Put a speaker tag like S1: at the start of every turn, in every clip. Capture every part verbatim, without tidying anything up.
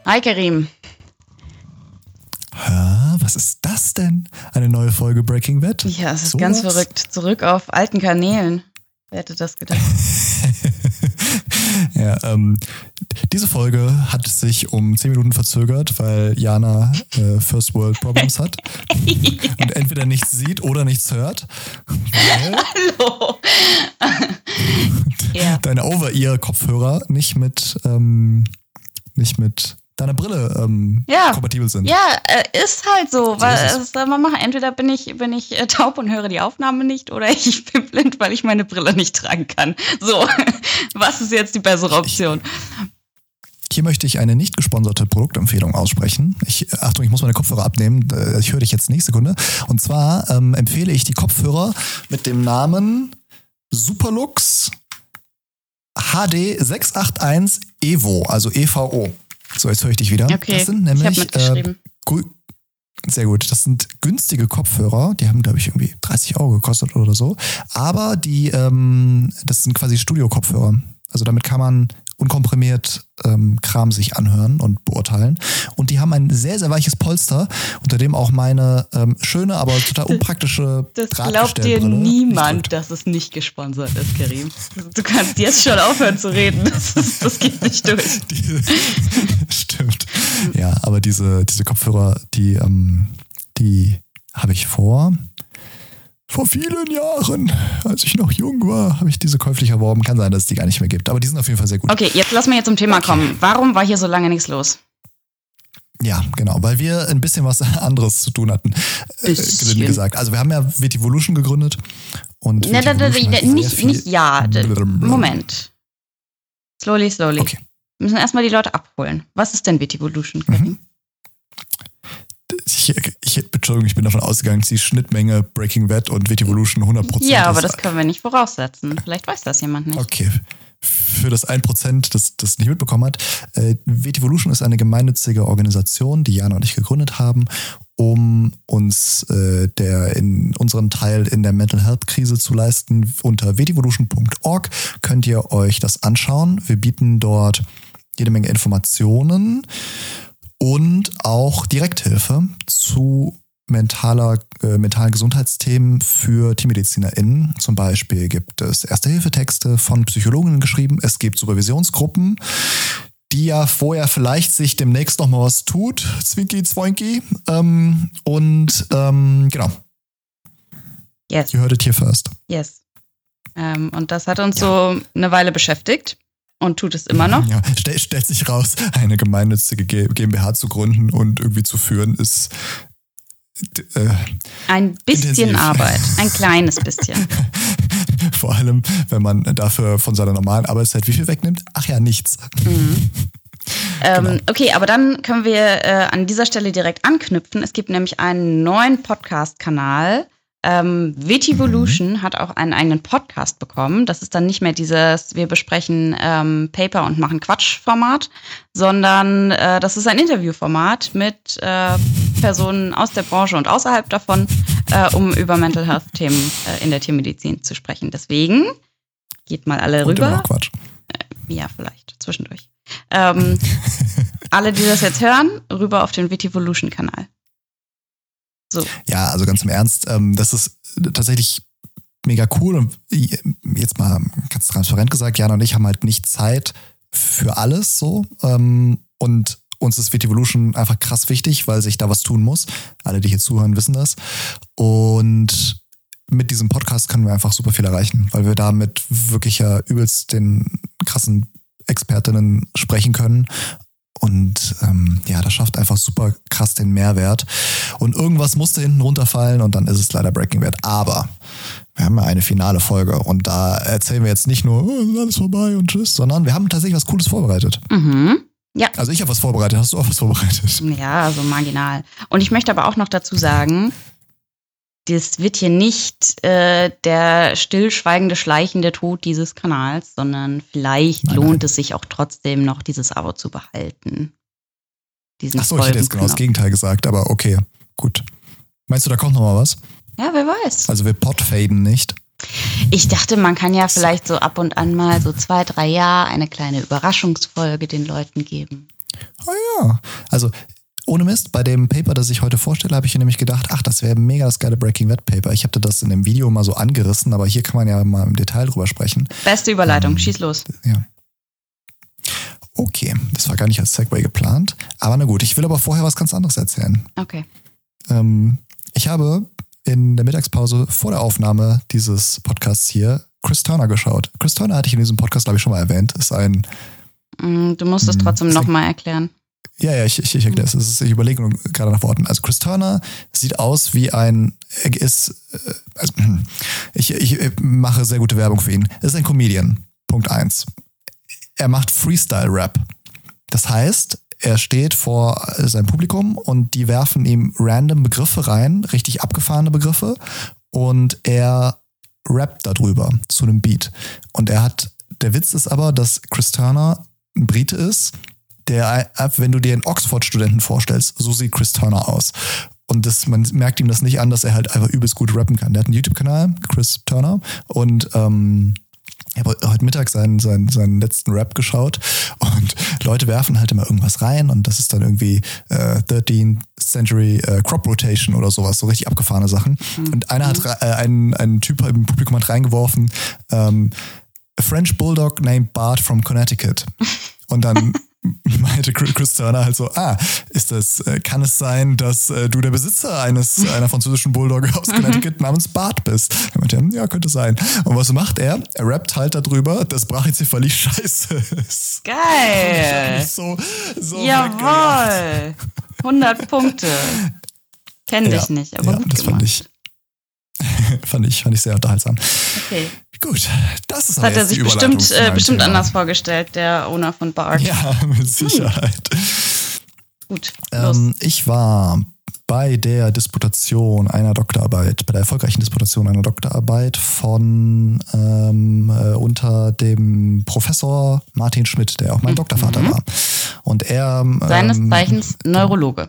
S1: Hi Karim.
S2: Ja, was ist das denn? Eine neue Folge Breaking Bad?
S1: Ja, es ist
S2: so
S1: ganz
S2: was?
S1: verrückt. Zurück auf alten Kanälen. Wer hätte das gedacht?
S2: ja, ähm, diese Folge hat sich um zehn Minuten verzögert, weil Jana äh, First World Problems hat und entweder nichts sieht oder nichts hört.
S1: Hallo. ja.
S2: Deine Over-Ear-Kopfhörer nicht mit, ähm, nicht mit deiner Brille ähm,
S1: ja.
S2: kompatibel sind.
S1: Ja, äh, ist halt so.
S2: So
S1: Weil
S2: ist es.
S1: es soll man machen. Entweder bin ich, bin ich äh, taub und höre die Aufnahme nicht oder ich bin blind, weil ich meine Brille nicht tragen kann. So, was ist jetzt die bessere Option?
S2: Ich, hier möchte ich eine nicht gesponserte Produktempfehlung aussprechen. Ich, Achtung, ich muss meine Kopfhörer abnehmen. Ich höre dich jetzt nächste Sekunde. Und zwar ähm, empfehle ich die Kopfhörer mit dem Namen Superlux H D sechs acht eins Evo, also E V O. So, jetzt höre ich dich wieder.
S1: Okay,
S2: das sind nämlich,
S1: ich habe mitgeschrieben.
S2: Äh, gu- sehr gut, das sind günstige Kopfhörer. Die haben, glaube ich, irgendwie dreißig Euro gekostet oder so. Aber die, ähm, das sind quasi Studio-Kopfhörer. Also damit kann man unkomprimiert ähm, Kram sich anhören und beurteilen. Und die haben ein sehr, sehr weiches Polster, unter dem auch meine ähm, schöne, aber total unpraktische
S1: Das glaubt dir
S2: Drahtgestellbrille
S1: niemand,
S2: nicht drückt.
S1: dass es nicht gesponsert ist, Karim. Du kannst jetzt schon aufhören zu reden. Das, ist, das geht nicht durch.
S2: Die, stimmt. Ja, aber diese, diese Kopfhörer, die, ähm, die habe ich vor... Vor vielen Jahren, als ich noch jung war, habe ich diese käuflich erworben. Kann sein, dass es die gar nicht mehr gibt. Aber die sind auf jeden Fall sehr gut.
S1: Okay, jetzt lass mal jetzt zum Thema
S2: Okay.
S1: kommen. Warum war hier so lange nichts los?
S2: Ja, genau, weil wir ein bisschen was anderes zu tun hatten. Äh,
S1: Bisschen.
S2: gelinde gesagt. Also wir haben ja Vetivolution gegründet. Und
S1: Ne, da, da, da,
S2: Vetivolution hat sehr
S1: nicht,
S2: viel-
S1: nicht ja. Da, Moment. Slowly, slowly.
S2: Okay.
S1: Wir müssen erstmal die Leute abholen. Was ist denn Vetivolution, Karim?
S2: Ich, ich, Entschuldigung, ich bin davon ausgegangen, dass die Schnittmenge Breaking Bad und Vetivolution hundert Prozent
S1: Ja,
S2: ist.
S1: aber das können wir nicht voraussetzen. Vielleicht weiß das jemand nicht.
S2: Okay. Für das ein Prozent, das das nicht mitbekommen hat. Äh, Vetivolution ist eine gemeinnützige Organisation, die Jana und ich gegründet haben, um uns äh, der in unseren Teil in der Mental Health Krise zu leisten. Unter vetivolution punkt org könnt ihr euch das anschauen. Wir bieten dort jede Menge Informationen und auch Direkthilfe zu mentaler, äh, mentalen Gesundheitsthemen für TeammedizinerInnen. Zum Beispiel gibt es Erste-Hilfe-Texte von Psychologinnen geschrieben. Es gibt Supervisionsgruppen, die ja vorher vielleicht sich demnächst noch mal was tut. Zwinki, Zwoinki. Ähm, und ähm, genau,
S1: Yes,
S2: you heard it here first.
S1: yes. Ähm, und das hat uns
S2: Ja.
S1: so eine Weile beschäftigt und tut es immer noch.
S2: Ja, stell, stellt sich raus, eine gemeinnützige G- GmbH zu gründen und irgendwie zu führen, ist äh,
S1: Ein bisschen
S2: Intensiv.
S1: Arbeit, ein kleines bisschen.
S2: vor allem, wenn man dafür von seiner normalen Arbeitszeit wie viel wegnimmt? Ach ja, nichts.
S1: Mhm. Ähm,
S2: Genau.
S1: Okay, aber dann können wir äh, an dieser Stelle direkt anknüpfen. Es gibt nämlich einen neuen Podcast-Kanal. Ähm, Vetivolution mhm. hat auch einen eigenen Podcast bekommen. Das ist dann nicht mehr dieses, wir besprechen ähm, Paper und machen Quatsch-Format, sondern äh, das ist ein Interviewformat mit äh, Personen aus der Branche und außerhalb davon, äh, um über Mental Health-Themen äh, in der Tiermedizin zu sprechen. Deswegen geht mal alle
S2: Und immer
S1: rüber.
S2: noch Quatsch.
S1: Ja, vielleicht, zwischendurch. Ähm, alle, die das jetzt hören, rüber auf den Vetivolution-Kanal. So.
S2: Ja, also ganz im Ernst, ähm, das ist tatsächlich mega cool und jetzt mal ganz transparent gesagt, Jana und ich haben halt nicht Zeit für alles so ähm, und uns ist Vetivolution einfach krass wichtig, weil sich da was tun muss. Alle, die hier zuhören, wissen das. Und mit diesem Podcast können wir einfach super viel erreichen, weil wir da mit wirklich ja übelst den krassen Expertinnen sprechen können. Und ähm, ja, das schafft einfach super krass den Mehrwert. Und irgendwas musste hinten runterfallen und dann ist es leider Breaking Bad. Aber wir haben ja eine finale Folge und da erzählen wir jetzt nicht nur, oh, ist alles vorbei und tschüss, sondern wir haben tatsächlich was Cooles vorbereitet.
S1: Mhm. Ja.
S2: Also ich habe was vorbereitet. Hast du auch was vorbereitet?
S1: Ja, so marginal. Und ich möchte aber auch noch dazu sagen, das wird hier nicht äh, der stillschweigende, schleichende Tod dieses Kanals, sondern vielleicht
S2: Nein,
S1: lohnt
S2: nein.
S1: es sich auch trotzdem noch, dieses Abo zu behalten. Diesen
S2: Ach so, ich hätte jetzt genau das
S1: Folgenknopf.
S2: Gegenteil gesagt, aber okay, gut. Meinst du, da kommt noch mal was?
S1: Ja, wer weiß.
S2: Also wir podfaden nicht.
S1: Ich dachte, man kann ja vielleicht so ab und an mal so zwei, drei Jahre eine kleine Überraschungsfolge den Leuten geben.
S2: Ah Ja, also ohne Mist, bei dem Paper, das ich heute vorstelle, habe ich mir nämlich gedacht, ach, das wäre mega das geile Breaking Bad Paper. Ich habe das in dem Video mal so angerissen, aber hier kann man ja mal im Detail drüber sprechen.
S1: Beste Überleitung, ähm, schieß los.
S2: Ja. Okay, das war gar nicht als Segway geplant. Aber na gut, ich will aber vorher was ganz anderes erzählen.
S1: Okay.
S2: Ähm, ich habe in der Mittagspause vor der Aufnahme dieses Podcasts hier Chris Turner geschaut. Chris Turner hatte ich in diesem Podcast, glaube ich, schon mal erwähnt. Ist ein...
S1: Du musst es trotzdem nochmal erklären.
S2: Ja, ja, ich, ich, ich erkläre es. Es ist, ich überlege gerade nach Worten. Also Chris Turner sieht aus wie ein, er ist, also, ich, ich mache sehr gute Werbung für ihn. Er ist ein Comedian. Punkt eins. Er macht Freestyle-Rap. Das heißt, er steht vor seinem Publikum und die werfen ihm random Begriffe rein, richtig abgefahrene Begriffe, und er rappt darüber zu einem Beat. Und er hat, der Witz ist aber, dass Chris Turner ein Brite ist, der, wenn du dir einen Oxford-Studenten vorstellst, so sieht Chris Turner aus. Und das, man merkt ihm das nicht an, dass er halt einfach übelst gut rappen kann. Der hat einen YouTube-Kanal, Chris Turner, und ähm, ich habe heute Mittag seinen, seinen, seinen letzten Rap geschaut und Leute werfen halt immer irgendwas rein und das ist dann irgendwie äh, thirteenth Century äh, Crop Rotation oder sowas, so richtig abgefahrene Sachen. Mhm. Und einer hat, äh, ein, ein Typ im Publikum hat reingeworfen, ähm, a French Bulldog named Bart from Connecticut. Und dann meinte Chris Turner halt so, ah, ist das, kann es sein, dass äh, du der Besitzer eines einer französischen Bulldogge aus Connecticut namens Bart bist? Er meinte, ja, könnte sein. Und was macht er? Er rappt halt darüber, dass Brachycephalie scheiße ist.
S1: Geil!
S2: So, so
S1: Jawohl! hundert Punkte. Kenn ja, dich nicht, aber
S2: ja,
S1: gut
S2: das
S1: gemacht.
S2: Fand ich, fand ich, fand ich sehr unterhaltsam.
S1: Okay.
S2: Gut, das ist
S1: das hat er sich bestimmt, äh, bestimmt anders vorgestellt, der Owner von Bart.
S2: Ja, mit Sicherheit. Hm.
S1: Gut, los.
S2: Ähm, ich war bei der Disputation einer Doktorarbeit, bei der erfolgreichen Disputation einer Doktorarbeit von ähm, äh, unter dem Professor Martin Schmidt, der auch mein mhm. Doktorvater war. Und er ähm,
S1: seines Zeichens Neurologe.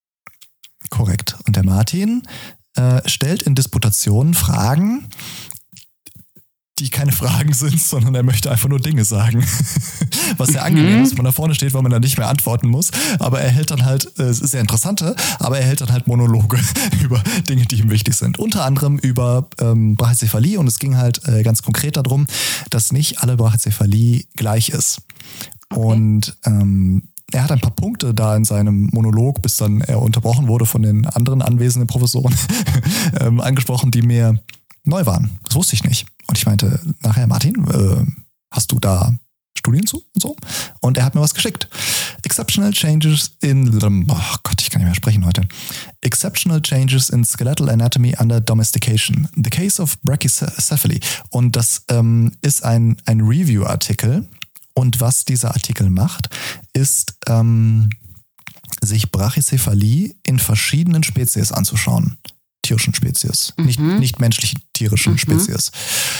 S2: Korrekt. Und der Martin äh, stellt in Disputationen Fragen, die keine Fragen sind, sondern er möchte einfach nur Dinge sagen. Was sehr angenehm mhm. ist, wenn man da vorne steht, weil man dann nicht mehr antworten muss. Aber er hält dann halt, es ist sehr interessante, aber er hält dann halt Monologe über Dinge, die ihm wichtig sind. Unter anderem über ähm, Brachycephalie, und es ging halt äh, ganz konkret darum, dass nicht alle Brachycephalie gleich ist. Okay. Und ähm, er hat ein paar Punkte da in seinem Monolog, bis dann er unterbrochen wurde von den anderen anwesenden Professoren, ähm, angesprochen, die mir neu waren. Das wusste ich nicht. Und ich meinte nachher, Martin, äh, hast du da Studien zu und so? Und er hat mir was geschickt. Exceptional changes in, oh Gott, ich kann nicht mehr sprechen heute. Exceptional changes in skeletal anatomy under domestication. The case of brachycephaly. Und das ähm, ist ein, ein Review-Artikel. Und was dieser Artikel macht, ist, ähm, sich Brachycephalie in verschiedenen Spezies anzuschauen. Tierischen Spezies, mhm. nicht, nicht menschlichen tierischen mhm. Spezies.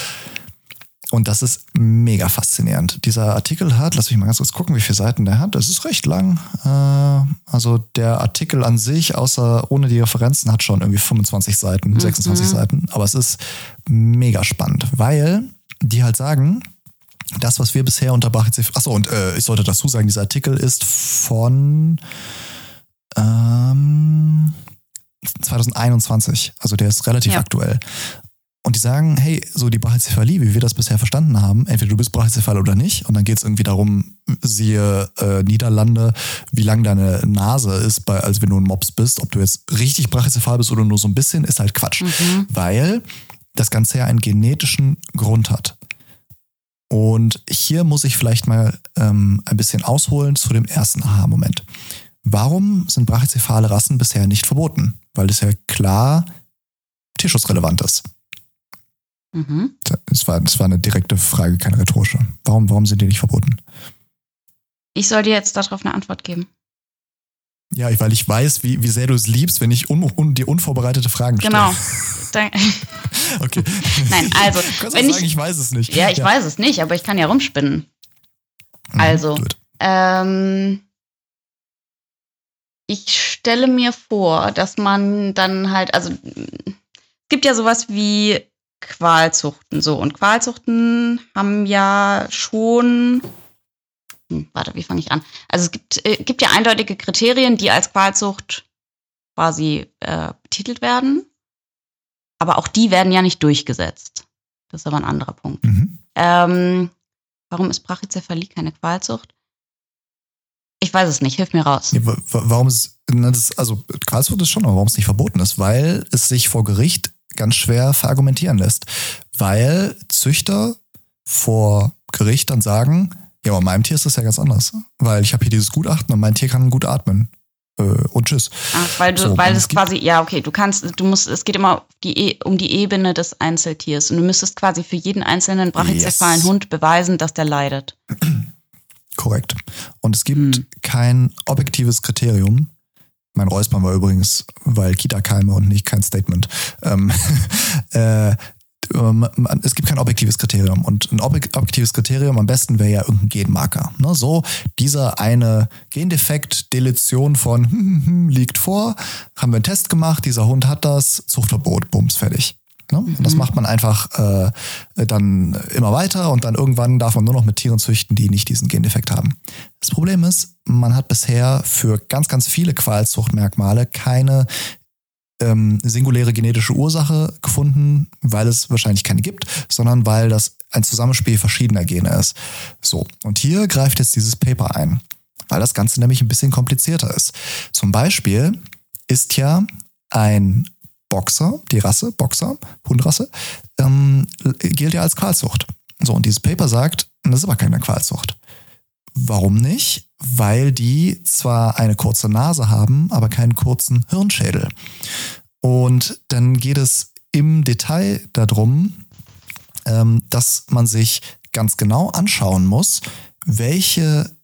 S2: Und das ist mega faszinierend. Dieser Artikel hat, lass mich mal ganz kurz gucken, wie viele Seiten der hat. Das ist recht lang. Also der Artikel an sich, außer ohne die Referenzen, hat schon irgendwie fünfundzwanzig Seiten, mhm. sechsundzwanzig Seiten. Aber es ist mega spannend, weil die halt sagen, das, was wir bisher unter Brachycephalie... Achso, und äh, ich sollte dazu sagen, dieser Artikel ist von... Ähm, zwanzig einundzwanzig, also der ist relativ ja. aktuell. Und die sagen, hey, so die Brachycephalie, wie wir das bisher verstanden haben, entweder du bist brachycephal oder nicht, und dann geht es irgendwie darum, siehe äh, Niederlande, wie lang deine Nase ist, bei, als wenn du ein Mops bist, ob du jetzt richtig brachycephal bist oder nur so ein bisschen, ist halt Quatsch. Mhm. Weil das Ganze ja einen genetischen Grund hat. Und hier muss ich vielleicht mal ähm, ein bisschen ausholen zu dem ersten Aha-Moment. Warum sind brachycephale Rassen bisher nicht verboten? Weil das ja klar tierschutzrelevant ist. Mhm. Das war, das war eine direkte Frage, keine rhetorische. Warum, warum sind die nicht verboten?
S1: Ich soll dir jetzt darauf eine Antwort geben.
S2: Ja, weil ich weiß, wie, wie sehr du es liebst, wenn ich un, un, dir unvorbereitete Fragen stelle.
S1: Genau.
S2: Okay.
S1: Nein, also.
S2: Du kannst
S1: wenn
S2: auch sagen,
S1: ich,
S2: ich weiß es nicht.
S1: Ja, ich ja. weiß es nicht, aber ich kann ja rumspinnen. Also, mhm, ähm, ich stelle mir vor, dass man dann halt, also es gibt ja sowas wie Qualzuchten, so, und Qualzuchten haben ja schon hm, warte, wie fange ich an? Also es gibt, äh, gibt ja eindeutige Kriterien, die als Qualzucht quasi äh, betitelt werden. Aber auch die werden ja nicht durchgesetzt. Das ist aber ein anderer Punkt.
S2: Mhm.
S1: Ähm, warum ist Brachycephalie keine Qualzucht? Ich weiß es nicht, hilf mir raus.
S2: Ja, warum es, also Qualzucht ist schon, aber warum es nicht verboten ist, weil es sich vor Gericht ganz schwer verargumentieren lässt. Weil Züchter vor Gericht dann sagen, ja, bei meinem Tier ist das ja ganz anders. Weil ich habe hier dieses Gutachten und mein Tier kann gut atmen. Äh, und tschüss.
S1: Ach, weil du,
S2: so,
S1: weil es quasi, ja, okay, du kannst, du musst, es geht immer die, um die Ebene des Einzeltiers. Und du müsstest quasi für jeden einzelnen brachycephalen yes. Hund beweisen, dass der leidet.
S2: Korrekt. Und es gibt hm. kein objektives Kriterium. Mein Räuspern war übrigens, weil Kita-Keime und nicht kein Statement. Ähm, äh, es gibt kein objektives Kriterium. Und ein objektives Kriterium am besten wäre ja irgendein Genmarker. Ne? So, dieser eine Gendefekt, Deletion von hm, hm, hm, liegt vor, haben wir einen Test gemacht, dieser Hund hat das, Zuchtverbot, bums, fertig. Ne? Mhm. Und das macht man einfach äh, dann immer weiter und dann irgendwann darf man nur noch mit Tieren züchten, die nicht diesen Gendefekt haben. Das Problem ist, man hat bisher für ganz, ganz viele Qualzuchtmerkmale keine ähm, singuläre genetische Ursache gefunden, weil es wahrscheinlich keine gibt, sondern weil das ein Zusammenspiel verschiedener Gene ist. So, und hier greift jetzt dieses Paper ein, weil das Ganze nämlich ein bisschen komplizierter ist. Zum Beispiel ist ja ein Boxer, die Rasse, Boxer, Hundrasse, ähm, gilt ja als Qualzucht. So, und dieses Paper sagt, das ist aber keine Qualzucht. Warum nicht? Weil die zwar eine kurze Nase haben, aber keinen kurzen Hirnschädel. Und dann geht es im Detail darum, ähm, dass man sich ganz genau anschauen muss, welche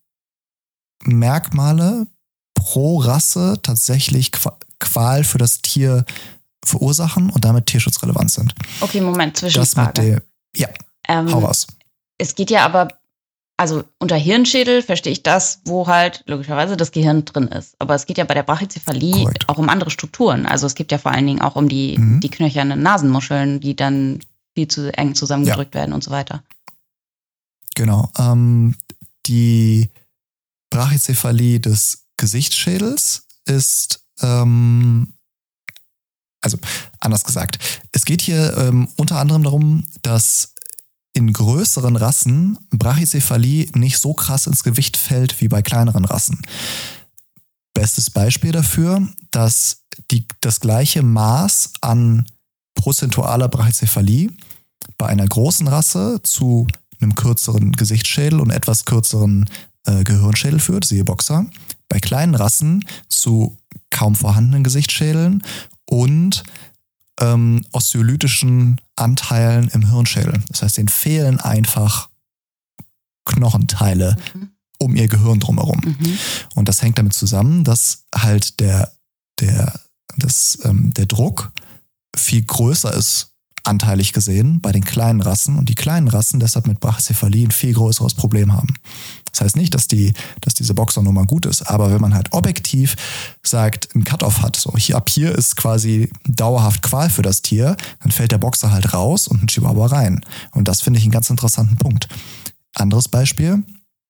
S2: Merkmale pro Rasse tatsächlich Qual für das Tier verursachen und damit tierschutzrelevant sind.
S1: Okay, Moment, Zwischenfrage.
S2: Das mit der, ja,
S1: ähm,
S2: hau raus.
S1: Es geht ja aber, also unter Hirnschädel verstehe ich das, wo halt logischerweise das Gehirn drin ist. Aber es geht ja bei der Brachycephalie Korrekt. Auch um andere Strukturen. Also es geht ja vor allen Dingen auch um die, mhm. die knöchernen Nasenmuscheln, die dann viel zu eng zusammengedrückt ja. werden und so weiter.
S2: Genau. Ähm, die Brachycephalie des Gesichtsschädels ist ähm, Also anders gesagt, es geht hier ähm, unter anderem darum, dass in größeren Rassen Brachycephalie nicht so krass ins Gewicht fällt wie bei kleineren Rassen. Bestes Beispiel dafür, dass die, das gleiche Maß an prozentualer Brachycephalie bei einer großen Rasse zu einem kürzeren Gesichtsschädel und etwas kürzeren äh, Gehirnschädel führt, siehe Boxer. Bei kleinen Rassen zu kaum vorhandenen Gesichtsschädeln und ähm, osteolytischen Anteilen im Hirnschädel. Das heißt, denen fehlen einfach Knochenteile mhm. um ihr Gehirn drumherum. Mhm. Und das hängt damit zusammen, dass halt der, der, das, ähm, der Druck viel größer ist, anteilig gesehen, bei den kleinen Rassen und die kleinen Rassen deshalb mit Brachycephalie ein viel größeres Problem haben. Das heißt nicht, dass die, dass diese Boxernummer gut ist, aber wenn man halt objektiv sagt, ein Cut-Off hat, so hier, ab hier ist quasi dauerhaft Qual für das Tier, dann fällt der Boxer halt raus und ein Chihuahua rein. Und das finde ich einen ganz interessanten Punkt. Anderes Beispiel,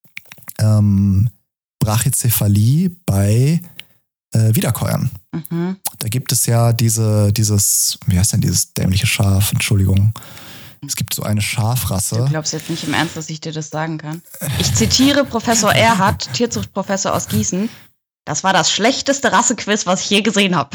S2: ähm, Brachycephalie bei äh, Wiederkäuern. Mhm. Da gibt es ja diese, dieses, wie heißt denn dieses dämliche Schaf, Entschuldigung. Es gibt so eine Schafrasse.
S1: Du glaubst jetzt nicht im Ernst, dass ich dir das sagen kann? Ich zitiere Professor Erhardt, Tierzuchtprofessor aus Gießen. Das war das schlechteste Rassequiz, was ich je gesehen habe.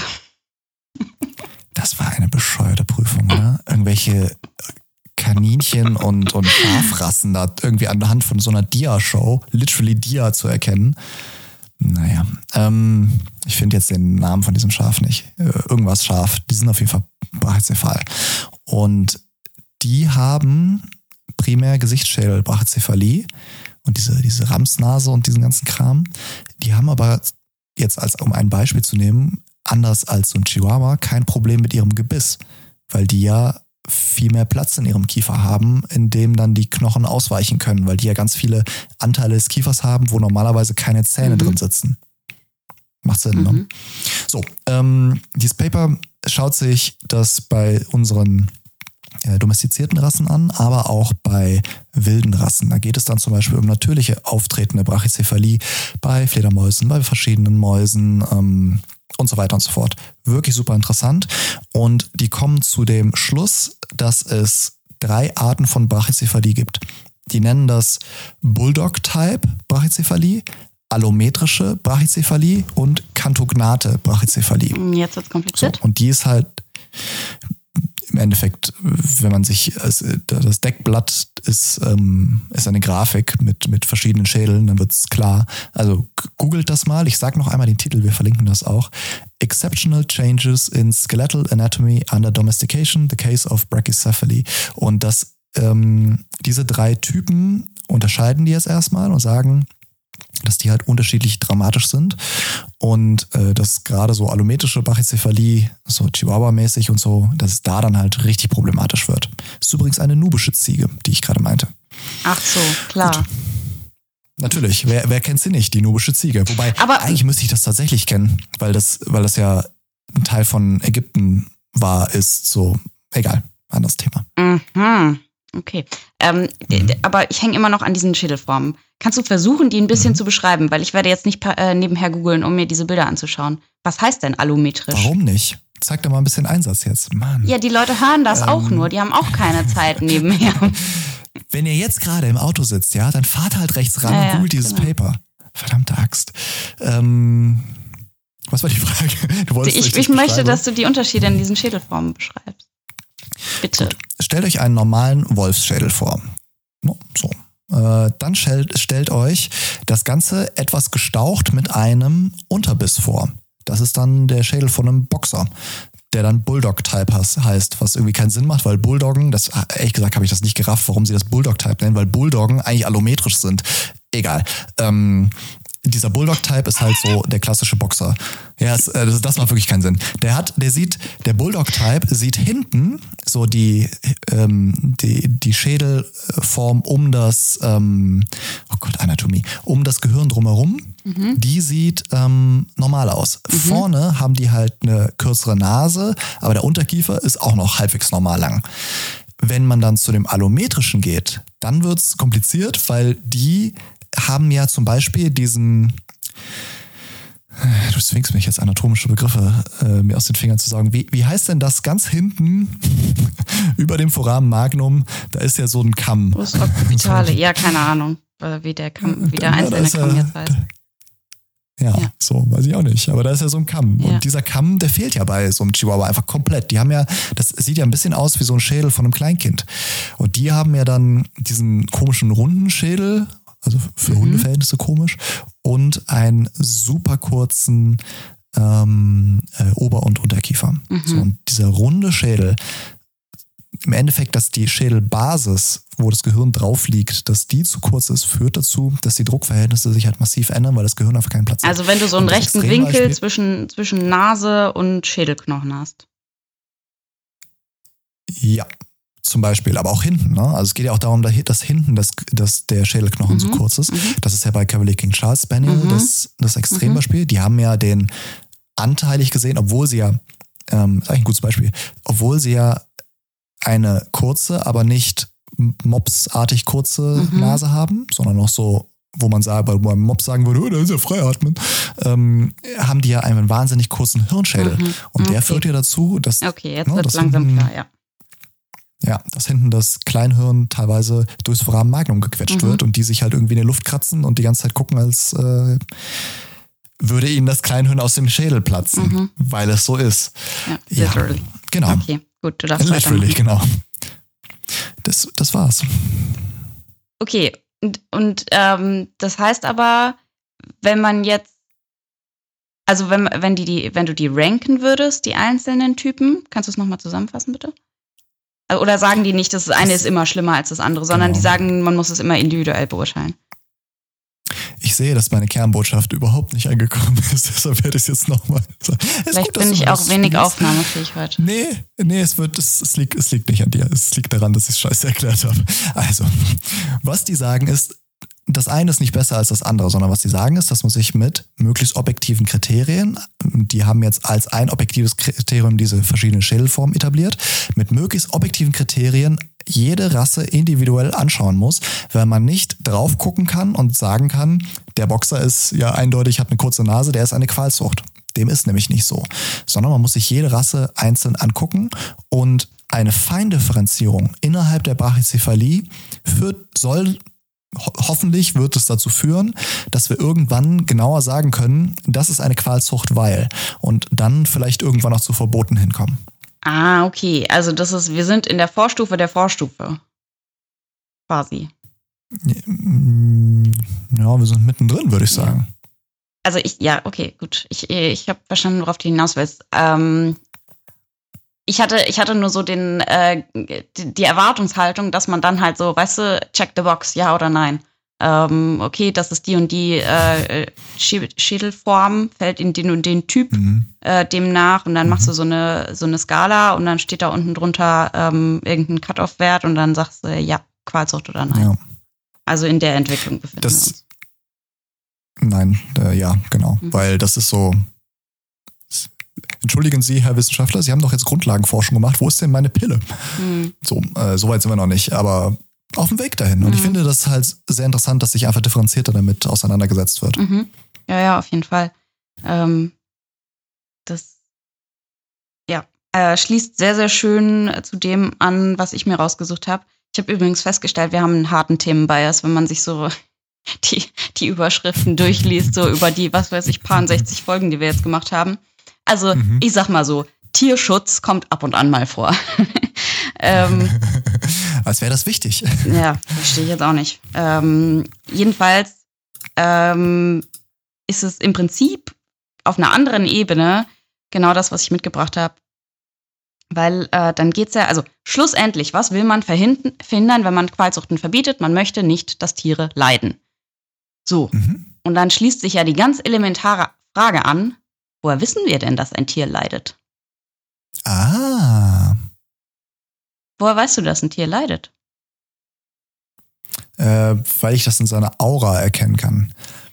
S2: Das war eine bescheuerte Prüfung, ne? Irgendwelche Kaninchen und, und Schafrassen da irgendwie anhand von so einer Dia-Show, literally Dia zu erkennen. Naja, ähm, ich finde jetzt den Namen von diesem Schaf nicht. Äh, irgendwas Schaf, die sind auf jeden Fall brachycephal. Und die haben primär Gesichtsschädel-Brachycephalie und diese, diese Ramsnase und diesen ganzen Kram. Die haben aber jetzt, als um ein Beispiel zu nehmen, anders als so ein Chihuahua, kein Problem mit ihrem Gebiss, weil die ja viel mehr Platz in ihrem Kiefer haben, in dem dann die Knochen ausweichen können, weil die ja ganz viele Anteile des Kiefers haben, wo normalerweise keine Zähne mhm. drin sitzen. Macht Sinn, mhm. ne? So, ähm, dieses Paper schaut sich das bei unseren äh, domestizierten Rassen an, aber auch bei wilden Rassen. Da geht es dann zum Beispiel um natürliche auftretende Brachycephalie bei Fledermäusen, bei verschiedenen Mäusen ähm, und so weiter und so fort. Wirklich super interessant. Und die kommen zu dem Schluss, dass es drei Arten von Brachycephalie gibt. Die nennen das Bulldog-Type Brachycephalie, allometrische Brachycephalie und kantognate Brachycephalie.
S1: Jetzt wird's kompliziert.
S2: So, und die ist halt im Endeffekt, wenn man sich, das Deckblatt ist, ähm, ist eine Grafik mit, mit verschiedenen Schädeln, dann wird's klar. Also googelt das mal, ich sage noch einmal den Titel, wir verlinken das auch. Exceptional Changes in Skeletal Anatomy under Domestication, the Case of Brachycephaly. Und das, ähm, diese drei Typen unterscheiden die jetzt erstmal und sagen, dass die halt unterschiedlich dramatisch sind und äh, dass gerade so allometrische Brachycephalie, so Chihuahua-mäßig und so, dass es da dann halt richtig problematisch wird. Das ist übrigens eine nubische Ziege, die ich gerade meinte.
S1: Ach so, klar.
S2: Gut. Natürlich, wer, wer kennt sie nicht, die nubische Ziege? Wobei, aber eigentlich müsste ich das tatsächlich kennen, weil das, weil das ja ein Teil von Ägypten war, ist so, egal, anderes Thema.
S1: Mhm. Okay, ähm, mhm. aber ich hänge immer noch an diesen Schädelformen. Kannst du versuchen, die ein bisschen mhm. zu beschreiben? Weil ich werde jetzt nicht äh, nebenher googeln, um mir diese Bilder anzuschauen. Was heißt denn allometrisch?
S2: Warum nicht? Zeig doch mal ein bisschen Einsatz jetzt, Mann.
S1: Ja, die Leute hören das ähm. auch nur, die haben auch keine Zeit nebenher.
S2: Wenn ihr jetzt gerade im Auto sitzt, ja, dann fahrt halt rechts ran ja, und googelt ja, dieses genau. Paper. Verdammte Axt. Ähm, was war die Frage? Du wolltest,
S1: ich ich, ich möchte, dass du die Unterschiede in diesen Schädelformen beschreibst. Bitte.
S2: Gut. Stellt euch einen normalen Wolfsschädel vor. So. Äh, dann stellt, stellt euch das Ganze etwas gestaucht mit einem Unterbiss vor. Das ist dann der Schädel von einem Boxer, der dann Bulldog-Type heißt, was irgendwie keinen Sinn macht, weil Bulldoggen, das ehrlich gesagt habe ich das nicht gerafft, warum sie das Bulldog-Type nennen, weil Bulldoggen eigentlich allometrisch sind. Egal. Ähm, dieser Bulldog-Type ist halt so der klassische Boxer. Ja, das, das, das macht wirklich keinen Sinn. Der hat, der sieht, der Bulldog-Type sieht hinten so die, ähm, die, die Schädelform um das, ähm, oh Gott, Anatomie, um das Gehirn drumherum. Mhm. Die sieht ähm, normal aus. Mhm. Vorne haben die halt eine kürzere Nase, aber der Unterkiefer ist auch noch halbwegs normal lang. Wenn man dann zu dem Allometrischen geht, dann wird's kompliziert, weil die haben ja zum Beispiel diesen, du zwingst mich jetzt anatomische Begriffe äh, mir aus den Fingern zu sagen, wie, wie heißt denn das ganz hinten über dem Foramen Magnum, da ist ja so ein Kamm.
S1: Brust occipitale, ja, keine Ahnung, wie der Kamm, wie der ja, einzelne Kamm ja, jetzt heißt.
S2: Ja, ja, so, weiß ich auch nicht. Aber da ist ja so ein Kamm. Ja. Und dieser Kamm, der fehlt ja bei so einem Chihuahua einfach komplett. Die haben ja, das sieht ja ein bisschen aus wie so ein Schädel von einem Kleinkind. Und die haben ja dann diesen komischen runden Schädel, also für mhm. Hundeverhältnisse komisch, und einen super kurzen ähm, äh, Ober- und Unterkiefer. Mhm. So, und dieser runde Schädel, im Endeffekt, dass die Schädelbasis, wo das Gehirn drauf liegt, dass die zu kurz ist, führt dazu, dass die Druckverhältnisse sich halt massiv ändern, weil das Gehirn einfach keinen Platz hat.
S1: Also wenn du so einen rechten Winkel zwischen, zwischen Nase und Schädelknochen hast.
S2: Ja, zum Beispiel, aber auch hinten. Ne? Also es geht ja auch darum, dass hinten das, dass der Schädelknochen mhm. so kurz ist. Mhm. Das ist ja bei Cavalier King Charles Spaniel mhm. das, das Extrembeispiel. Mhm. Die haben ja den anteilig gesehen, obwohl sie ja, ähm, ist eigentlich ein gutes Beispiel, obwohl sie ja eine kurze, aber nicht mopsartig kurze mhm. Nase haben, sondern noch so, wo man sagt, wo man Mops sagen würde, oh, da ist ja freiatmen, ähm, haben die ja einen wahnsinnig kurzen Hirnschädel. Mhm. Und okay. der führt ja dazu, dass...
S1: Okay, jetzt ne, wird es langsam hinten, klar, ja.
S2: Ja, dass hinten das Kleinhirn teilweise durchs Foramen Magnum gequetscht mhm. wird und die sich halt irgendwie in der Luft kratzen und die ganze Zeit gucken, als äh, würde ihnen das Kleinhirn aus dem Schädel platzen, mhm. weil es so ist.
S1: Ja, literally.
S2: Ja, genau.
S1: Okay, gut, du darfst
S2: literally, genau. Das, das war's.
S1: Okay, und, und ähm, das heißt aber, wenn man jetzt, also wenn, wenn, die, die, wenn du die ranken würdest, die einzelnen Typen, kannst du es nochmal zusammenfassen, bitte? Oder sagen die nicht, dass das eine ist immer schlimmer als das andere, sondern genau. die sagen, man muss es immer individuell beurteilen?
S2: Ich sehe, dass meine Kernbotschaft überhaupt nicht angekommen ist, deshalb werde ich es jetzt nochmal sagen.
S1: Vielleicht gut, bin ich auch wenig spielst. aufnahmefähig heute.
S2: Nee, nee, es wird, es, es, liegt, es liegt nicht an dir. Es liegt daran, dass ich es scheiße erklärt habe. Also, was die sagen ist, das eine ist nicht besser als das andere, sondern was sie sagen ist, dass man sich mit möglichst objektiven Kriterien, die haben jetzt als ein objektives Kriterium diese verschiedenen Schädelformen etabliert, mit möglichst objektiven Kriterien jede Rasse individuell anschauen muss, weil man nicht drauf gucken kann und sagen kann, der Boxer ist ja eindeutig, hat eine kurze Nase, der ist eine Qualzucht. Dem ist nämlich nicht so. Sondern man muss sich jede Rasse einzeln angucken und eine Feindifferenzierung innerhalb der Brachycephalie führt, soll ho- hoffentlich wird es dazu führen, dass wir irgendwann genauer sagen können, das ist eine Qualzucht, weil und dann vielleicht irgendwann auch zu Verboten hinkommen.
S1: Ah, okay. Also das ist, wir sind in der Vorstufe der Vorstufe. Quasi.
S2: Ja, wir sind mittendrin, würde ich sagen.
S1: Also ich, ja, okay, gut. Ich, ich habe verstanden, worauf du hinaus willst. Ähm, ich hatte, ich hatte nur so den, äh, die, die Erwartungshaltung, dass man dann halt so, weißt du, check the box, ja oder nein. Ähm, okay, das ist die und die äh, Schädelform, fällt in den und den Typ
S2: Mhm.
S1: äh, demnach und dann
S2: Mhm.
S1: machst du so eine, so eine Skala und dann steht da unten drunter ähm, irgendein Cut-Off-Wert und dann sagst du, ja, Qualzucht oder nein.
S2: Ja.
S1: Also in der Entwicklung befinden wir uns.
S2: Das, nein, äh, ja, genau.
S1: Mhm.
S2: Weil das ist so. Entschuldigen Sie, Herr Wissenschaftler, Sie haben doch jetzt Grundlagenforschung gemacht. Wo ist denn meine Pille?
S1: Mhm.
S2: So, äh, so weit sind wir noch nicht, aber auf dem Weg dahin. Und
S1: Mhm.
S2: ich finde das halt sehr interessant, dass sich einfach differenzierter damit auseinandergesetzt wird.
S1: Mhm. Ja, ja, auf jeden Fall. Ähm, das ja, äh, schließt sehr, sehr schön zu dem an, was ich mir rausgesucht habe. Ich habe übrigens festgestellt, wir haben einen harten Themenbias, wenn man sich so die, die Überschriften durchliest, so über die, was weiß ich, paar sechzig Folgen, die wir jetzt gemacht haben. Also,
S2: Mhm.
S1: ich sag mal so, Tierschutz kommt ab und an mal vor. ähm,
S2: Als wäre das wichtig.
S1: Ja, verstehe ich jetzt auch nicht. Ähm, jedenfalls ähm, ist es im Prinzip auf einer anderen Ebene genau das, was ich mitgebracht habe. Weil äh, dann geht's ja, also schlussendlich, was will man verhinden, verhindern, wenn man Qualzuchten verbietet? Man möchte nicht, dass Tiere leiden. So,
S2: Mhm.
S1: und dann schließt sich ja die ganz elementare Frage an, woher wissen wir denn, dass ein Tier leidet?
S2: Ah.
S1: Woher weißt du, dass ein Tier leidet?
S2: Äh, weil ich das in seiner Aura erkennen kann.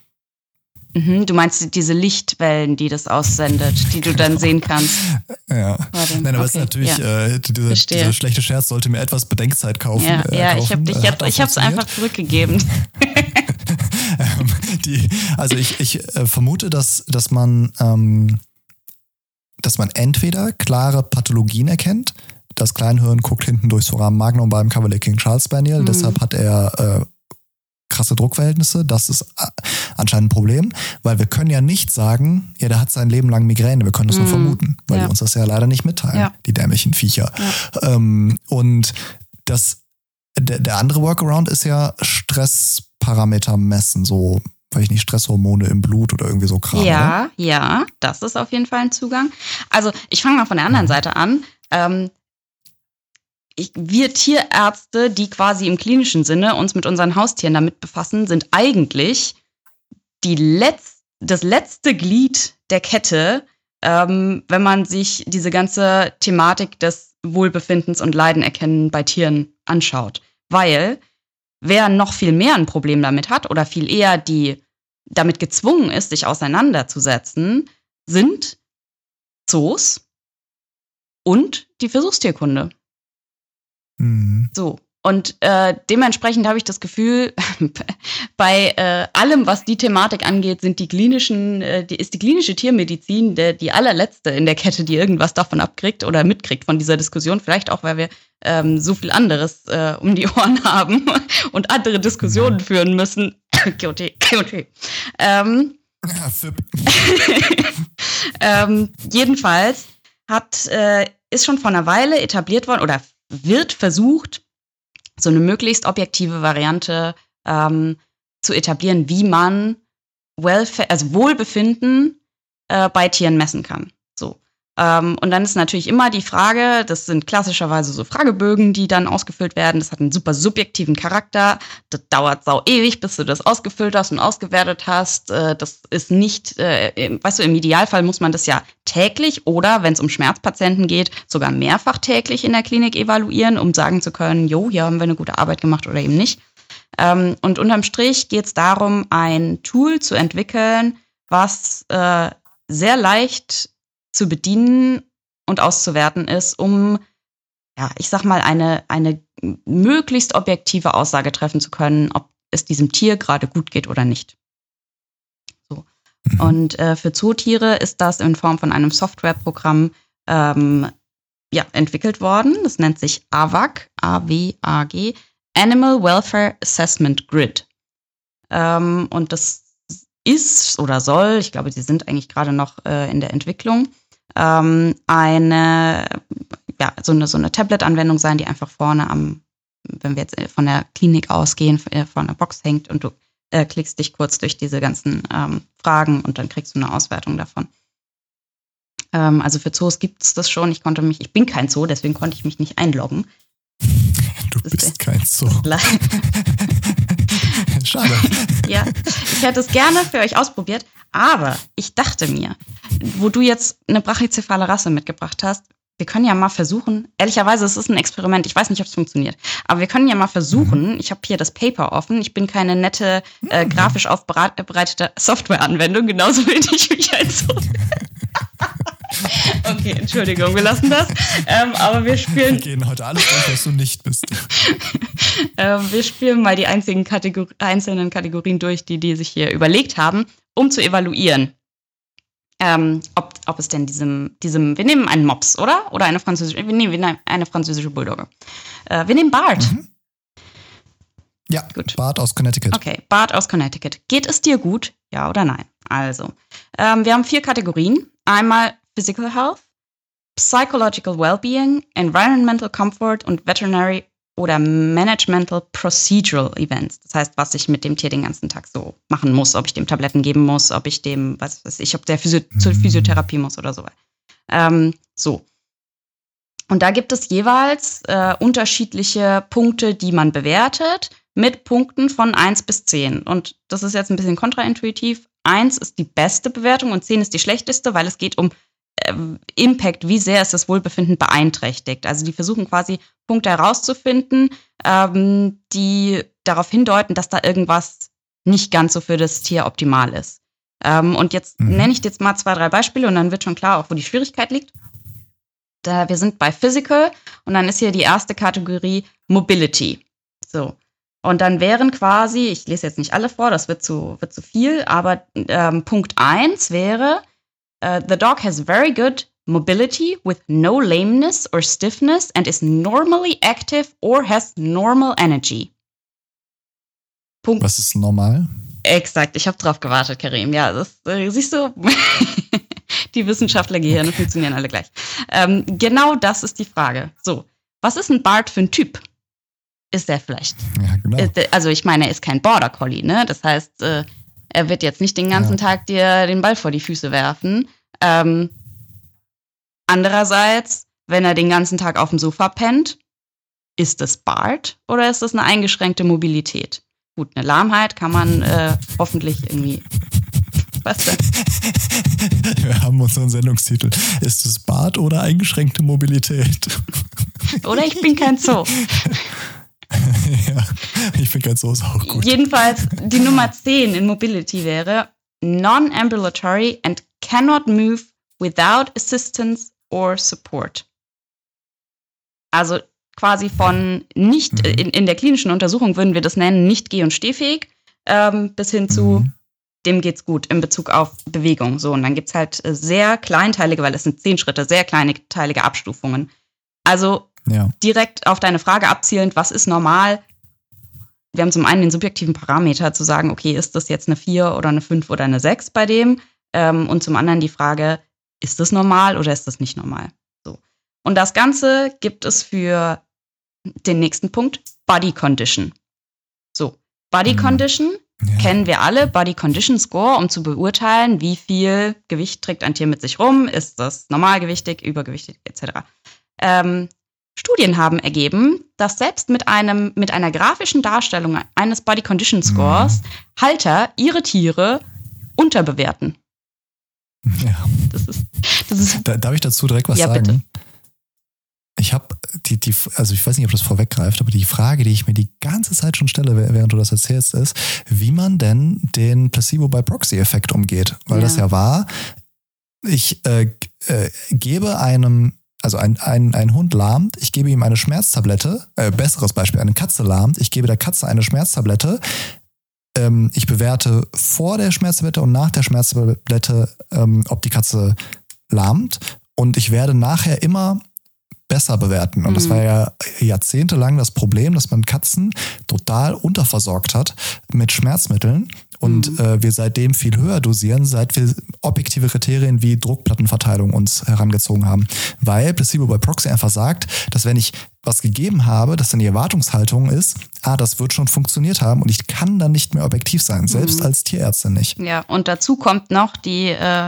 S1: Mhm, du meinst diese Lichtwellen, die das aussendet, die du dann sehen kannst.
S2: Ja.
S1: Warte,
S2: Nein, aber es ist
S1: okay,
S2: natürlich,
S1: ja.
S2: äh, dieser,
S1: Verstehe.
S2: dieser schlechte Scherz sollte mir etwas Bedenkzeit kaufen.
S1: Ja,
S2: äh,
S1: ja,
S2: kaufen.
S1: ich habe ich
S2: Äh,
S1: hab,
S2: hat auch
S1: ich hab's
S2: funktioniert.
S1: einfach zurückgegeben.
S2: Ähm, die, also ich, ich äh, vermute, dass, dass man ähm, dass man entweder klare Pathologien erkennt. Das Kleinhirn guckt hinten durchs Foramen Magnum beim Cavalier King Charles Spaniel,
S1: Mhm.
S2: deshalb hat er äh, krasse Druckverhältnisse. Das ist äh, anscheinend ein Problem, weil wir können ja nicht sagen, ja, der hat sein Leben lang Migräne. Wir können das nur
S1: Mhm.
S2: vermuten, weil
S1: Ja.
S2: die uns das ja leider nicht mitteilen,
S1: Ja.
S2: die dämlichen Viecher.
S1: Ja.
S2: Ähm, und das der, der andere Workaround ist ja Stressparameter messen, so, weiß ich nicht, Stresshormone im Blut oder irgendwie so Kram. Oder?
S1: Ja, ja, das ist auf jeden Fall ein Zugang. Also ich fange mal von der anderen
S2: Mhm.
S1: Seite an. Ähm, ich, wir Tierärzte, die quasi im klinischen Sinne uns mit unseren Haustieren damit befassen, sind eigentlich die Letz-, das letzte Glied der Kette, ähm, wenn man sich diese ganze Thematik des Wohlbefindens und Leidenerkennen bei Tieren anschaut. Weil wer noch viel mehr ein Problem damit hat oder viel eher die damit gezwungen ist, sich auseinanderzusetzen, sind Zoos und die Versuchstierkunde.
S2: Mhm.
S1: So. Und äh, dementsprechend habe ich das Gefühl, bei äh, allem, was die Thematik angeht, sind die klinischen, äh, die, ist die klinische Tiermedizin der, die allerletzte in der Kette, die irgendwas davon abkriegt oder mitkriegt von dieser Diskussion. Vielleicht auch, weil wir ähm, so viel anderes äh, um die Ohren haben und andere Diskussionen
S2: Mhm.
S1: führen müssen. K O T, K O T. Ähm,
S2: Ja, F I P.
S1: ähm, jedenfalls hat, äh, ist schon vor einer Weile etabliert worden oder wird versucht, so eine möglichst objektive Variante ähm, zu etablieren, wie man Welfare, also Wohlbefinden äh, bei Tieren messen kann. So. Ähm, und dann ist natürlich immer die Frage, das sind klassischerweise so Fragebögen, die dann ausgefüllt werden. Das hat einen super subjektiven Charakter. Das dauert sau ewig, bis du das ausgefüllt hast und ausgewertet hast. Äh, das ist nicht, äh, weißt du, im Idealfall muss man das ja täglich oder, wenn es um Schmerzpatienten geht, sogar mehrfach täglich in der Klinik evaluieren, um sagen zu können, jo, hier haben wir eine gute Arbeit gemacht oder eben nicht. Ähm, und unterm Strich geht es darum, ein Tool zu entwickeln, was äh, sehr leicht zu bedienen und auszuwerten ist, um, ja, ich sag mal, eine, eine möglichst objektive Aussage treffen zu können, ob es diesem Tier gerade gut geht oder nicht. So. Mhm. Und äh, für Zootiere ist das in Form von einem Softwareprogramm ähm, ja, entwickelt worden. Das nennt sich A W A G, A W A G, Animal Welfare Assessment Grid. Ähm, und das ist oder soll, ich glaube, sie sind eigentlich gerade noch äh, in der Entwicklung, ähm, eine, ja, so eine, so eine Tablet-Anwendung sein, die einfach vorne am, wenn wir jetzt von der Klinik ausgehen, vor einer Box hängt und du äh, klickst dich kurz durch diese ganzen ähm, Fragen und dann kriegst du eine Auswertung davon. Ähm, also für Zoos gibt es das schon. Ich konnte mich, ich bin kein Zoo, deswegen konnte ich mich nicht einloggen.
S2: Du das bist kein Zoo. Schade.
S1: Ja, ich hätte es gerne für euch ausprobiert, aber ich dachte mir, wo du jetzt eine brachycephale Rasse mitgebracht hast, wir können ja mal versuchen, ehrlicherweise, es ist ein Experiment, ich weiß nicht, ob es funktioniert, aber wir können ja mal versuchen, ich habe hier das Paper offen, ich bin keine nette, äh, grafisch aufbereitete Softwareanwendung, genauso will ich mich als so. Okay, Entschuldigung, wir lassen das. Ähm, aber wir spielen.
S2: Wir gehen heute alles durch, was du nicht bist.
S1: ähm, wir spielen mal die einzigen Kategor- einzelnen Kategorien durch, die die sich hier überlegt haben, um zu evaluieren, ähm, ob, ob es denn diesem, diesem. Wir nehmen einen Mops, oder? Oder eine französische. Wir nehmen, wir nehmen eine französische Bulldogge. Äh, wir nehmen Bart.
S2: Mhm. Ja, gut. Bart aus Connecticut.
S1: Okay, Bart aus Connecticut. Geht es dir gut? Ja oder nein? Also, ähm, wir haben vier Kategorien. Einmal Physical Health, Psychological Wellbeing, Environmental Comfort und Veterinary oder Managemental Procedural Events. Das heißt, was ich mit dem Tier den ganzen Tag so machen muss, ob ich dem Tabletten geben muss, ob ich dem, was weiß ich, ob der Physio- mhm. zur Physiotherapie muss oder so. Ähm, so. Und da gibt es jeweils äh, unterschiedliche Punkte, die man bewertet, mit Punkten von eins bis zehn. Und das ist jetzt ein bisschen kontraintuitiv. eins ist die beste Bewertung und zehn ist die schlechteste, weil es geht um Impact, wie sehr ist das Wohlbefinden beeinträchtigt. Also die versuchen quasi Punkte herauszufinden, ähm, die darauf hindeuten, dass da irgendwas nicht ganz so für das Tier optimal ist. Ähm, und jetzt mhm. nenne ich dir jetzt mal zwei, drei Beispiele und dann wird schon klar, auch wo die Schwierigkeit liegt. Da, wir sind bei Physical und dann ist hier die erste Kategorie Mobility. So. Und dann wären quasi, ich lese jetzt nicht alle vor, das wird zu, wird zu viel, aber ähm, Punkt eins wäre, Uh, the dog has very good mobility with no lameness or stiffness and is normally active or has normal energy.
S2: Punkt. Was ist normal?
S1: Exakt, ich habe drauf gewartet, Karim. Ja, das äh, siehst du, die Wissenschaftlergehirne okay. funktionieren alle gleich. Ähm, genau das ist die Frage. So, was ist ein Bart für ein Typ? Ist der vielleicht?
S2: Ja, genau.
S1: Ist, also ich meine, er ist kein Border Collie, ne? Das heißt, äh, er wird jetzt nicht den ganzen ja. Tag dir den Ball vor die Füße werfen. Ähm, andererseits, wenn er den ganzen Tag auf dem Sofa pennt, ist das Bart oder ist das eine eingeschränkte Mobilität? Gut, eine Lahmheit kann man äh, hoffentlich irgendwie. Was denn?
S2: Wir haben unseren Sendungstitel. Ist es Bart oder eingeschränkte Mobilität?
S1: Oder ich bin kein Zoo.
S2: Ja, ich finde kein Zoo ist auch gut.
S1: Jedenfalls, die Nummer zehn in Mobility wäre non-ambulatory and cannot move without assistance or support. Also quasi von nicht, mhm. in, in der klinischen Untersuchung würden wir das nennen, nicht geh- und stehfähig, ähm, bis hin zu, mhm. dem geht's gut in Bezug auf Bewegung. So, und dann gibt's halt sehr kleinteilige, weil es sind zehn Schritte, sehr kleinteilige Abstufungen. Also ja. direkt auf deine Frage abzielend, was ist normal? Wir haben zum einen den subjektiven Parameter zu sagen, okay, ist das jetzt eine vier oder eine fünf oder eine sechs bei dem? Ähm, und zum anderen die Frage, ist das normal oder ist das nicht normal? So. Und das Ganze gibt es für den nächsten Punkt, Body Condition. So, Body Condition ja. kennen wir alle, Body Condition Score, um zu beurteilen, wie viel Gewicht trägt ein Tier mit sich rum, ist das normalgewichtig, übergewichtig et cetera. Ähm, Studien haben ergeben, dass selbst mit einem mit einer grafischen Darstellung eines Body Condition Scores mhm. Halter ihre Tiere unterbewerten.
S2: Ja.
S1: Das ist, das ist
S2: da, darf ich dazu direkt was
S1: ja,
S2: sagen?
S1: Bitte.
S2: Ich habe die, die, also ich weiß nicht, ob das vorweggreift, aber die Frage, die ich mir die ganze Zeit schon stelle, während du das erzählst, ist, wie man denn den Placebo-by-Proxy-Effekt umgeht. Weil ja. das ja war, ich äh, äh, gebe einem, also ein, ein, ein Hund lahmt, ich gebe ihm eine Schmerztablette, äh, besseres Beispiel, eine Katze lahmt, ich gebe der Katze eine Schmerztablette, ähm, ich bewerte vor der Schmerztablette und nach der Schmerztablette, ähm, ob die Katze lahmt, und ich werde nachher immer besser bewerten. Und mhm. das war ja jahrzehntelang das Problem, dass man Katzen total unterversorgt hat mit Schmerzmitteln und mhm. äh, wir seitdem viel höher dosieren, seit wir objektive Kriterien wie Druckplattenverteilung uns herangezogen haben. Weil Placebo by Proxy einfach sagt, dass wenn ich was gegeben habe, dass dann die Erwartungshaltung ist, ah, das wird schon funktioniert haben und ich kann dann nicht mehr objektiv sein, selbst mhm. als Tierärztin nicht.
S1: Ja, und dazu kommt noch die äh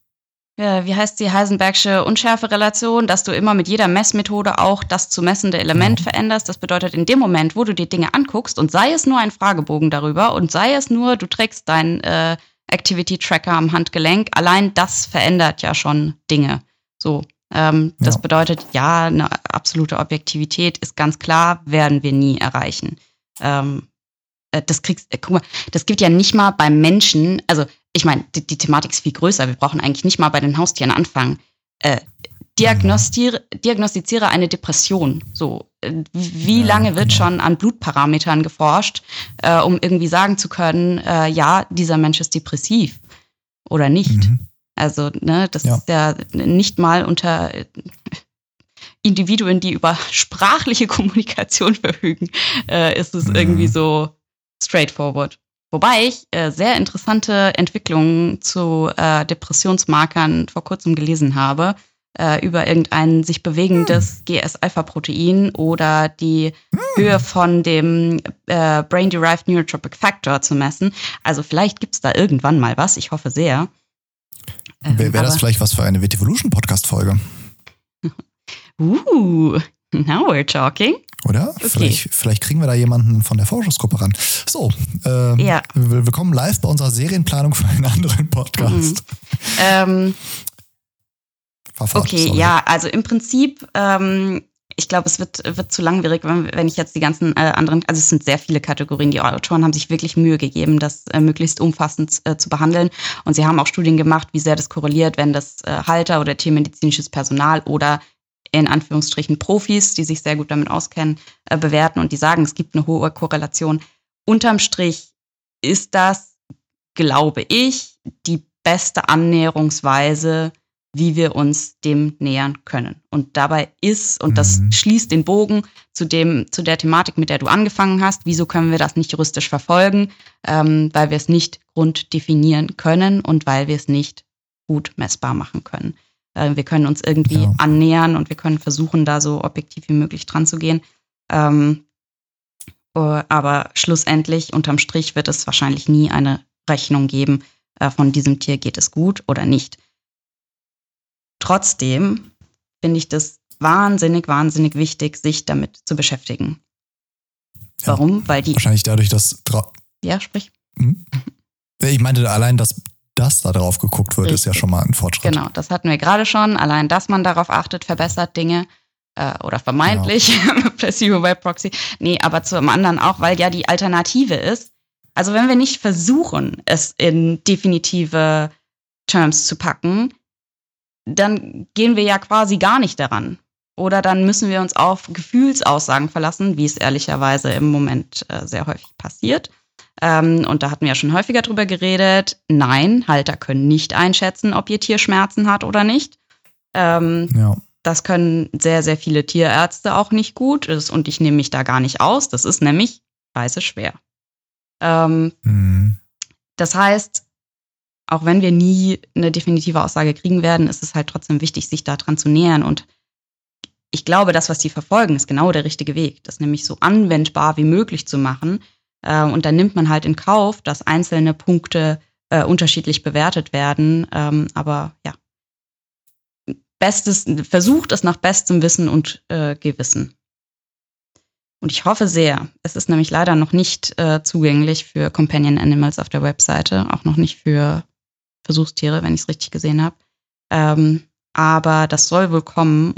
S1: wie heißt die Heisenbergsche Unschärferelation, dass du immer mit jeder Messmethode auch das zu messende Element ja. veränderst. Das bedeutet, in dem Moment, wo du die Dinge anguckst und sei es nur ein Fragebogen darüber und sei es nur, du trägst deinen äh, Activity-Tracker am Handgelenk, allein das verändert ja schon Dinge. So, ähm, das ja. bedeutet, ja, eine absolute Objektivität ist ganz klar, werden wir nie erreichen. Ähm, das kriegst, äh, guck mal, das gibt ja nicht mal beim Menschen, also ich meine, die, die Thematik ist viel größer. Wir brauchen eigentlich nicht mal bei den Haustieren anfangen. Äh, diagnostiere, diagnostiziere eine Depression. So, äh, wie ja, lange wird genau. schon an Blutparametern geforscht, äh, um irgendwie sagen zu können, äh, ja, dieser Mensch ist depressiv oder nicht. Mhm. Also, ne, das ja. ist ja nicht mal unter Individuen, die über sprachliche Kommunikation verfügen, äh, ist es mhm. irgendwie so straightforward. Wobei ich äh, sehr interessante Entwicklungen zu äh, Depressionsmarkern vor kurzem gelesen habe, äh, über irgendein sich bewegendes hm. G S-Alpha-Protein oder die hm. Höhe von dem äh, Brain-Derived Neurotropic Factor zu messen. Also vielleicht gibt es da irgendwann mal was, ich hoffe sehr.
S2: Ähm, Wäre wär das vielleicht was für eine Vetivolution-Podcast-Folge?
S1: uh, now we're talking.
S2: Oder? Okay. Vielleicht, vielleicht kriegen wir da jemanden von der Forschungsgruppe ran. So, äh, ja. wir, wir kommen live bei unserer Serienplanung für einen anderen Podcast.
S1: Mhm. Ähm,
S2: fort,
S1: okay,
S2: sorry.
S1: ja, also im Prinzip, ähm, ich glaube, es wird, wird zu langwierig, wenn, wenn ich jetzt die ganzen äh, anderen, also es sind sehr viele Kategorien, die Autoren haben sich wirklich Mühe gegeben, das äh, möglichst umfassend äh, zu behandeln. Und sie haben auch Studien gemacht, wie sehr das korreliert, wenn das äh, Halter oder tiermedizinisches Personal oder in Anführungsstrichen Profis, die sich sehr gut damit auskennen, äh, bewerten und die sagen, es gibt eine hohe Korrelation. Unterm Strich ist das, glaube ich, die beste Annäherungsweise, wie wir uns dem nähern können. Und dabei ist, und das mhm. schließt den Bogen zu dem, zu der Thematik, mit der du angefangen hast, wieso können wir das nicht juristisch verfolgen? Ähm, weil wir es nicht grunddefinieren können und weil wir es nicht gut messbar machen können. Wir können uns irgendwie ja. annähern und wir können versuchen, da so objektiv wie möglich dran zu gehen. Ähm, aber schlussendlich, unterm Strich, wird es wahrscheinlich nie eine Rechnung geben, äh, von diesem Tier geht es gut oder nicht. Trotzdem finde ich das wahnsinnig, wahnsinnig wichtig, sich damit zu beschäftigen. Ja. Warum? Weil die...
S2: Wahrscheinlich dadurch, dass... Dra-
S1: ja, sprich.
S2: Hm? Ich meinte allein, dass... dass da drauf geguckt wird, Richtig. Ist ja schon mal ein Fortschritt.
S1: Genau, das hatten wir gerade schon. Allein, dass man darauf achtet, verbessert Dinge äh, oder vermeintlich ja. Placebo by Proxy. Nee, aber zum anderen auch, weil ja die Alternative ist, also wenn wir nicht versuchen, es in definitive Terms zu packen, dann gehen wir ja quasi gar nicht daran. Oder dann müssen wir uns auf Gefühlsaussagen verlassen, wie es ehrlicherweise im Moment äh, sehr häufig passiert. Ähm, und da hatten wir ja schon häufiger drüber geredet. Nein, Halter können nicht einschätzen, ob ihr Tier Schmerzen hat oder nicht. Ähm, ja. Das können sehr, sehr viele Tierärzte auch nicht gut. Und ich nehme mich da gar nicht aus. Das ist nämlich scheiße schwer. Ähm, mhm. Das heißt, auch wenn wir nie eine definitive Aussage kriegen werden, ist es halt trotzdem wichtig, sich daran zu nähern. Und ich glaube, das, was die verfolgen, ist genau der richtige Weg. Das nämlich so anwendbar wie möglich zu machen. Und dann nimmt man halt in Kauf, dass einzelne Punkte äh, unterschiedlich bewertet werden. Ähm, aber ja, Bestes, versucht es nach bestem Wissen und äh, Gewissen. Und ich hoffe sehr, es ist nämlich leider noch nicht äh, zugänglich für Companion Animals auf der Webseite, auch noch nicht für Versuchstiere, wenn ich es richtig gesehen habe. Ähm, aber das soll wohl kommen und ich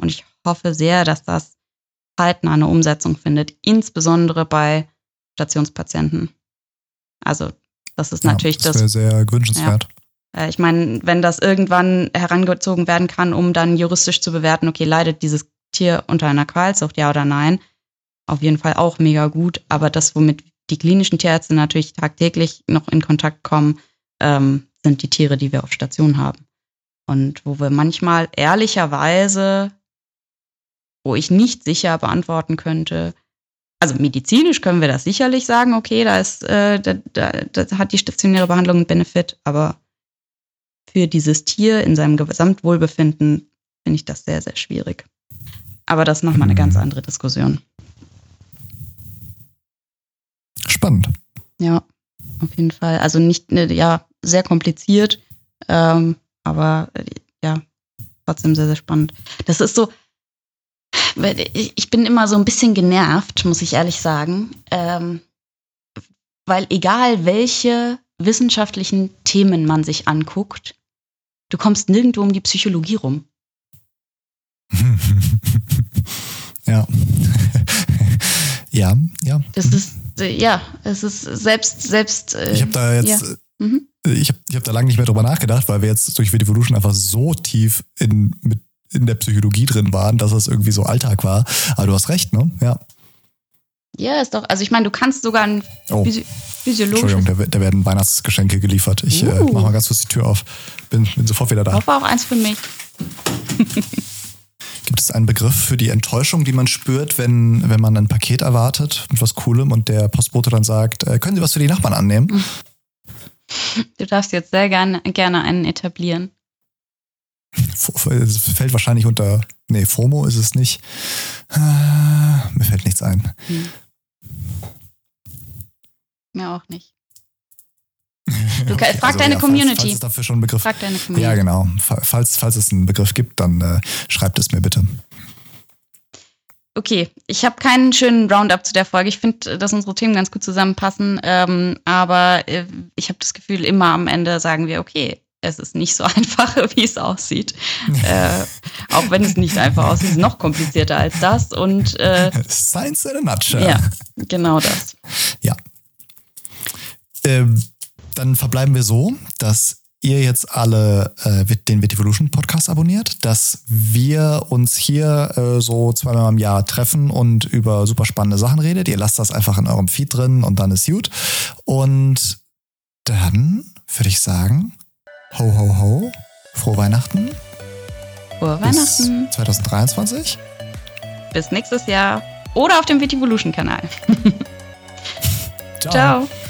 S1: hoffe sehr, dass das zeitnah eine Umsetzung findet, insbesondere bei Stationspatienten. Also das ist natürlich
S2: ja, das. Das wäre sehr wünschenswert.
S1: Ja. Ich meine, wenn das irgendwann herangezogen werden kann, um dann juristisch zu bewerten, okay, leidet dieses Tier unter einer Qualzucht, ja oder nein, auf jeden Fall auch mega gut. Aber das, womit die klinischen Tierärzte natürlich tagtäglich noch in Kontakt kommen, ähm, sind die Tiere, die wir auf Station haben. Und wo wir manchmal ehrlicherweise, wo ich nicht sicher beantworten könnte, also medizinisch können wir das sicherlich sagen, okay, da ist, äh, da, da, da hat die stationäre Behandlung einen Benefit, aber für dieses Tier in seinem Gesamtwohlbefinden finde ich das sehr, sehr schwierig. Aber das ist nochmal eine ganz andere Diskussion.
S2: Spannend.
S1: Ja, auf jeden Fall. Also nicht, ja, sehr kompliziert, ähm, aber ja, trotzdem sehr, sehr spannend. Das ist so, ich bin immer so ein bisschen genervt, muss ich ehrlich sagen, ähm, weil egal welche wissenschaftlichen Themen man sich anguckt, du kommst nirgendwo um die Psychologie rum.
S2: Ja. ja, ja.
S1: Das ist, ja, es ist selbst, selbst. Äh,
S2: ich habe da jetzt, ja. mhm. ich habe ich hab da lange nicht mehr drüber nachgedacht, weil wir jetzt durch Vetivolution einfach so tief in, mit, in der Psychologie drin waren, dass es irgendwie so Alltag war. Aber du hast recht, ne? Ja.
S1: Ja, ist doch, also ich meine, du kannst sogar ein
S2: oh.
S1: Physi- physiologisches...
S2: Entschuldigung, da, da werden Weihnachtsgeschenke geliefert. Ich uh. äh, mach mal ganz kurz die Tür auf. Bin, bin sofort wieder da.
S1: Ich hoffe auch eins für mich.
S2: Gibt es einen Begriff für die Enttäuschung, die man spürt, wenn, wenn man ein Paket erwartet mit was Coolem und der Postbote dann sagt, äh, können Sie was für die Nachbarn annehmen?
S1: Du darfst jetzt sehr gerne, gerne einen etablieren.
S2: Es fällt wahrscheinlich unter, nee, FOMO ist es nicht. Ah, mir fällt nichts ein.
S1: Hm. Mir auch nicht. Du okay, frag also, deine ja, Community.
S2: Falls es dafür schon einen Begriff.
S1: Frag deine Community.
S2: Ja, genau. Falls, falls es einen Begriff gibt, dann äh, schreibt es mir bitte.
S1: Okay, ich habe keinen schönen Roundup zu der Folge. Ich finde, dass unsere Themen ganz gut zusammenpassen. Ähm, aber äh, ich habe das Gefühl, immer am Ende sagen wir, okay, es ist nicht so einfach, wie es aussieht. äh, auch wenn es nicht einfach aussieht, ist es noch komplizierter als das. Und äh,
S2: Science in a nutshell.
S1: Ja, genau das.
S2: Ja. Ähm, dann verbleiben wir so, dass ihr jetzt alle äh, den Vetivolution Podcast abonniert, dass wir uns hier äh, so zweimal im Jahr treffen und über super spannende Sachen redet. Ihr lasst das einfach in eurem Feed drin und dann ist gut. Und dann würde ich sagen, ho, ho, ho, frohe Weihnachten.
S1: Frohe Weihnachten.
S2: Bis zwanzig dreiundzwanzig.
S1: Bis nächstes Jahr. Oder auf dem Vetivolution Kanal.
S2: Ciao.
S1: Ciao.